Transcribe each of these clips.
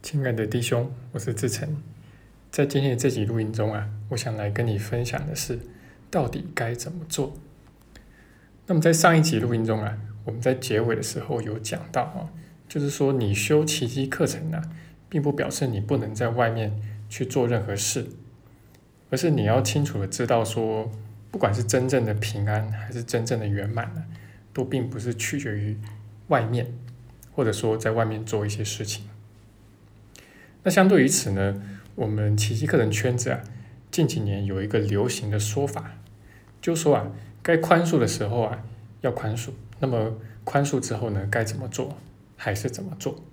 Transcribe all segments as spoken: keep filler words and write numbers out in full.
亲爱的弟兄，我是志成。在今天的这集录音中啊，我想来跟你分享的是，到底该怎么做。那么在上一集录音中啊，我们在结尾的时候有讲到啊，就是说你修奇迹课程啊，并不表示你不能在外面去做任何事，而是你要清楚的知道说，不管是真正的平安还是真正的圆满呢，都并不是取决于外面，或者说在外面做一些事情。那相对于此呢，我们奇迹课程圈子啊，近几年有一个流行的说法，就是说啊，该宽恕的时候啊要宽恕，那么宽恕之后呢，该怎么做还是怎么做。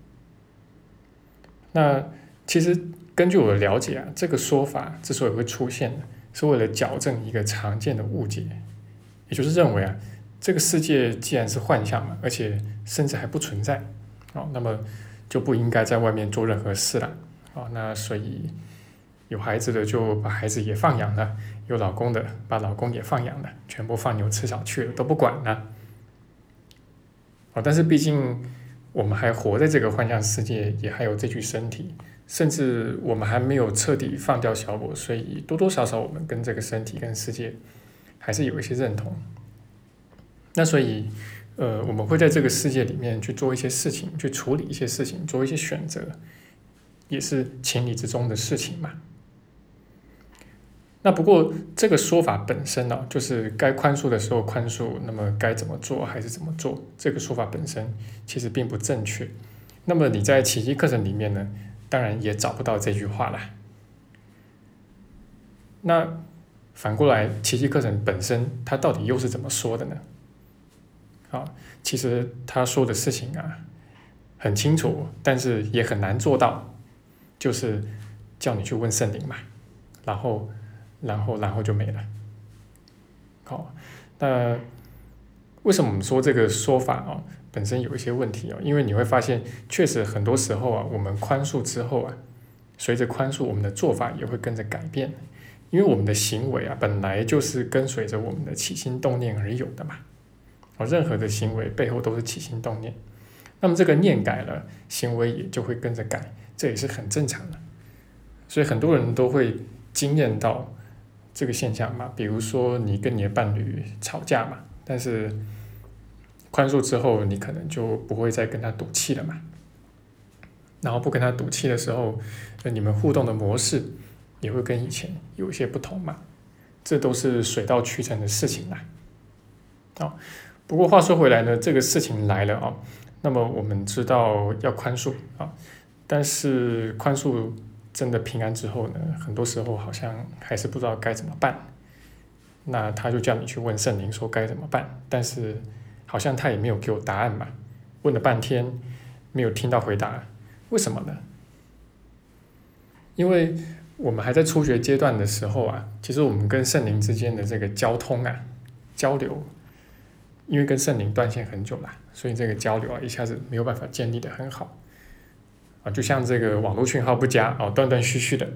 那其实根据我的了解啊，这个说法之所以会出现，是为了矫正一个常见的误解，也就是认为啊，这个世界既然是幻象嘛，而且甚至还不存在，哦，那么就不应该在外面做任何事了，哦，那所以有孩子的就把孩子也放养了，有老公的把老公也放养了，全部放牛吃草去了，都不管了。哦，但是毕竟我们还活在这个幻象世界，也还有这具身体，甚至我们还没有彻底放掉小我，所以多多少少我们跟这个身体跟世界还是有一些认同。那所以呃，我们会在这个世界里面去做一些事情，去处理一些事情，做一些选择，也是情理之中的事情嘛。那不过这个说法本身呢、啊，就是该宽恕的时候宽恕，那么该怎么做还是怎么做，这个说法本身其实并不正确。那么你在奇迹课程里面呢，当然也找不到这句话了。那反过来，奇迹课程本身它到底又是怎么说的呢？啊，其实他说的事情啊很清楚，但是也很难做到，就是叫你去问圣灵嘛，然后然后然后就没了。好，那为什么我们说这个说法啊本身有一些问题啊？因为你会发现，确实很多时候啊，我们宽恕之后啊，随着宽恕，我们的做法也会跟着改变，因为我们的行为啊本来就是跟随着我们的起心动念而有的嘛。任何的行为背后都是起心动念，那么这个念改了，行为也就会跟着改，这也是很正常的。所以很多人都会经验到这个现象嘛，比如说你跟你的伴侣吵架嘛，但是宽恕之后，你可能就不会再跟他赌气了嘛，然后不跟他赌气的时候，你们互动的模式也会跟以前有一些不同嘛，这都是水到渠成的事情啦。好。不过话说回来呢，这个事情来了啊，那么我们知道要宽恕啊，但是宽恕真的平安之后呢，很多时候好像还是不知道该怎么办。那他就叫你去问圣灵说该怎么办，但是好像他也没有给我答案嘛，问了半天没有听到回答，为什么呢？因为我们还在初学阶段的时候啊，其实我们跟圣灵之间的这个交通啊、交流。因为跟圣灵断线很久了，所以这个交流啊一下子没有办法建立得很好啊，就像这个网络讯号不佳哦，断断续续的，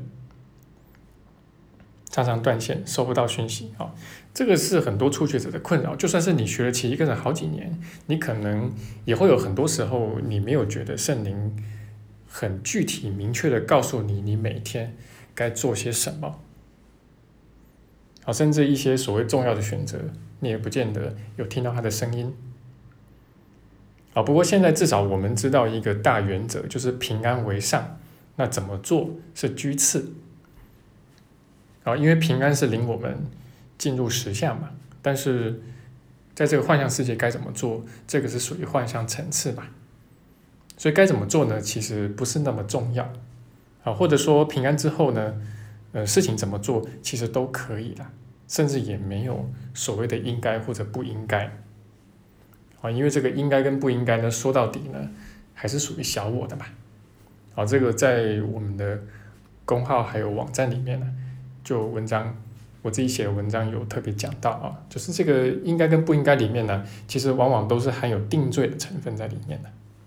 常常断线，收不到讯息啊，这个是很多初学者的困扰。就算是你学了奇迹课程好几年，你可能也会有很多时候你没有觉得圣灵很具体明确的告诉你你每天该做些什么，好，甚至一些所谓重要的选择。你也不见得有听到他的声音啊。不过现在至少我们知道一个大原则，就是平安为上，那怎么做是居次啊。因为平安是领我们进入实相嘛，但是在这个幻象世界该怎么做，这个是属于幻象层次嘛。所以该怎么做呢？其实不是那么重要啊，或者说平安之后呢，呃，事情怎么做其实都可以啦。甚至也没有所谓的应该或者不应该啊，因为这个应该跟不应该呢，说到底呢，还是属于小我的嘛。啊，这个在我们的公号还有网站里面呢，就文章我自己写的文章有特别讲到啊，就是这个应该跟不应该里面呢，其实往往都是含有定罪的成分在里面的。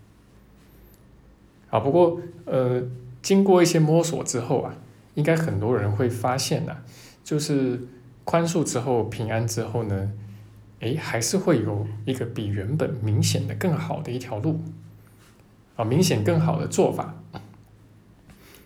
啊，不过呃，经过一些摸索之后啊，应该很多人会发现啊，就是宽恕之后、平安之后呢，诶，还是会有一个比原本明显的更好的一条路啊，明显更好的做法。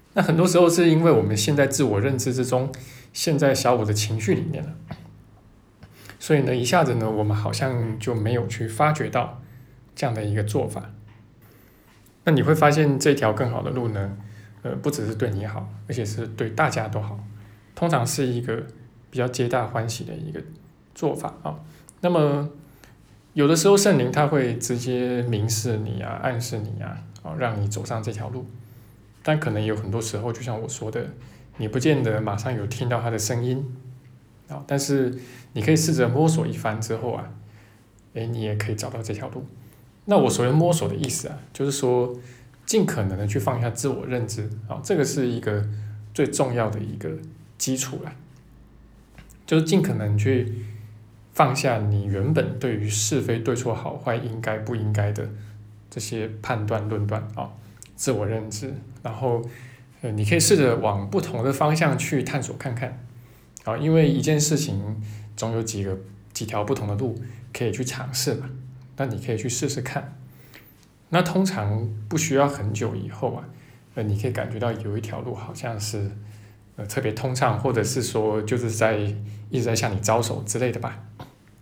那很多时候是因为我们现在自我认知之中，现在小我的情绪里面了，所以呢，一下子呢，我们好像就没有去发觉到这样的一个做法。那你会发现这条更好的路呢，呃，不只是对你好，而且是对大家都好，通常是一个比较皆大欢喜的一个做法啊。那么有的时候圣灵他会直接明示你啊，暗示你啊，啊，让你走上这条路。但可能有很多时候，就像我说的，你不见得马上有听到他的声音啊，但是你可以试着摸索一番之后啊，诶，你也可以找到这条路。那我所谓摸索的意思啊，就是说尽可能的去放下自我认知啊，这个是一个最重要的一个基础啦，就是尽可能去放下你原本对于是非对错好坏应该不应该的这些判断论断啊，自我认知，然后呃，你可以试着往不同的方向去探索看看啊，因为一件事情总有几个几条不同的路可以去尝试嘛。那你可以去试试看，那通常不需要很久以后啊，呃，你可以感觉到有一条路好像是呃特别通畅，或者是说就是在一直在向你招手之类的吧。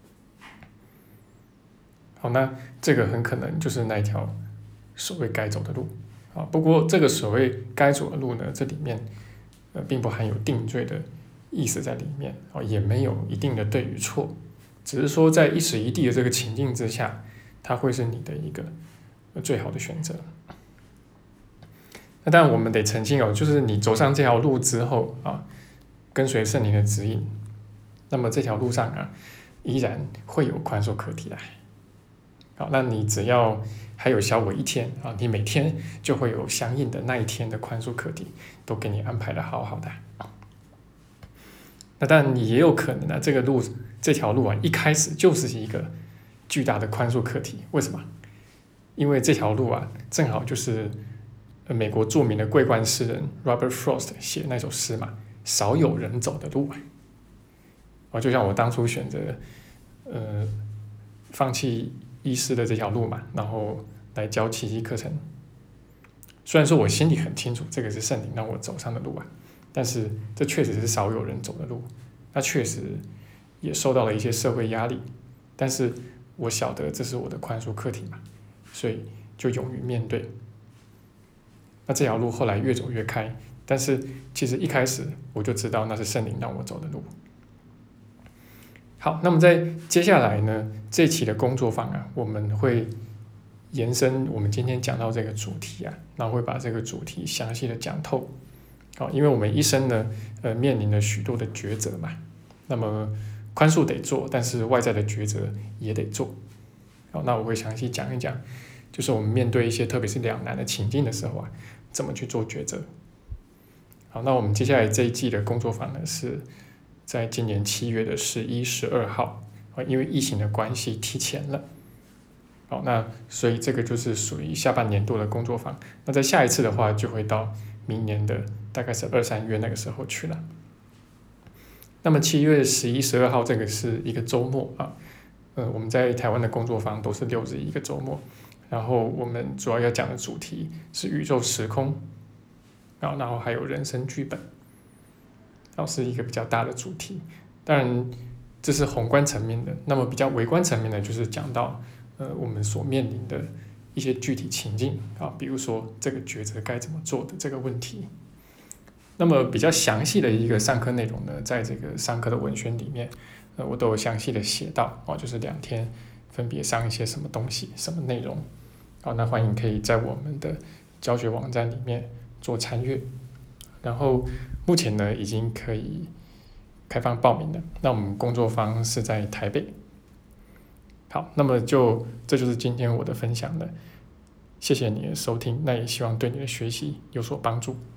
好，那这个很可能就是那一条所谓该走的路啊。不过这个所谓该走的路呢，这里面呃并不含有定罪的意思在里面啊，也没有一定的对与错，只是说在一时一地的这个情境之下，它会是你的一个最好的选择。那当然我们得澄清哦，就是你走上这条路之后啊，跟随圣灵的指引，那么这条路上啊，依然会有宽恕课题来。好，那你只要还有小我一天啊，你每天就会有相应的那一天的宽恕课题，都给你安排的好好的。那但也有可能啊，这个路这条路啊，一开始就是一个巨大的宽恕课题。为什么？因为这条路啊，正好就是美国著名的桂冠诗人 Robert Frost 写的那首诗嘛，少有人走的路啊。就像我当初选择呃放弃医师的这条路嘛，然后来教奇迹课程。虽然说我心里很清楚这个是圣灵让我走上的路啊，但是这确实是少有人走的路，那确实也受到了一些社会压力，但是我晓得这是我的宽恕课题嘛，所以就勇于面对。那这条路后来越走越开，但是其实一开始我就知道那是圣灵让我走的路。好，那么在接下来呢，这期的工作坊啊，我们会延伸我们今天讲到这个主题啊，然后会把这个主题详细的讲透。好，因为我们一生呢，呃，面临了许多的抉择嘛，那么宽恕得做，但是外在的抉择也得做。好，那我会详细讲一讲，就是我们面对一些特别是两难的情境的时候啊，怎么去做抉择。好，那我们接下来这一季的工作坊呢，是在今年七月的十一、十二号，因为疫情的关系提前了。好，那所以这个就是属于下半年度的工作坊。那在下一次的话，就会到明年的大概是二三月那个时候去了。那么七月十一、十二号这个是一个周末啊，呃，我们在台湾的工作坊都是六日一个周末，然后我们主要要讲的主题是宇宙时空，啊，然后还有人生剧本，然后是一个比较大的主题。当然这是宏观层面的，那么比较微观层面的，就是讲到呃我们所面临的一些具体情境啊，比如说这个抉择该怎么做的这个问题。那么比较详细的一个上课内容呢，在这个上课的文宣里面，呃，我都有详细的写到哦，就是两天分别上一些什么东西、什么内容。好，那欢迎可以在我们的教学网站里面做参阅。然后目前呢，已经可以开放报名了。那我们工作坊是在台北。好，那么就这就是今天我的分享了，谢谢你的收听，那也希望对你的学习有所帮助。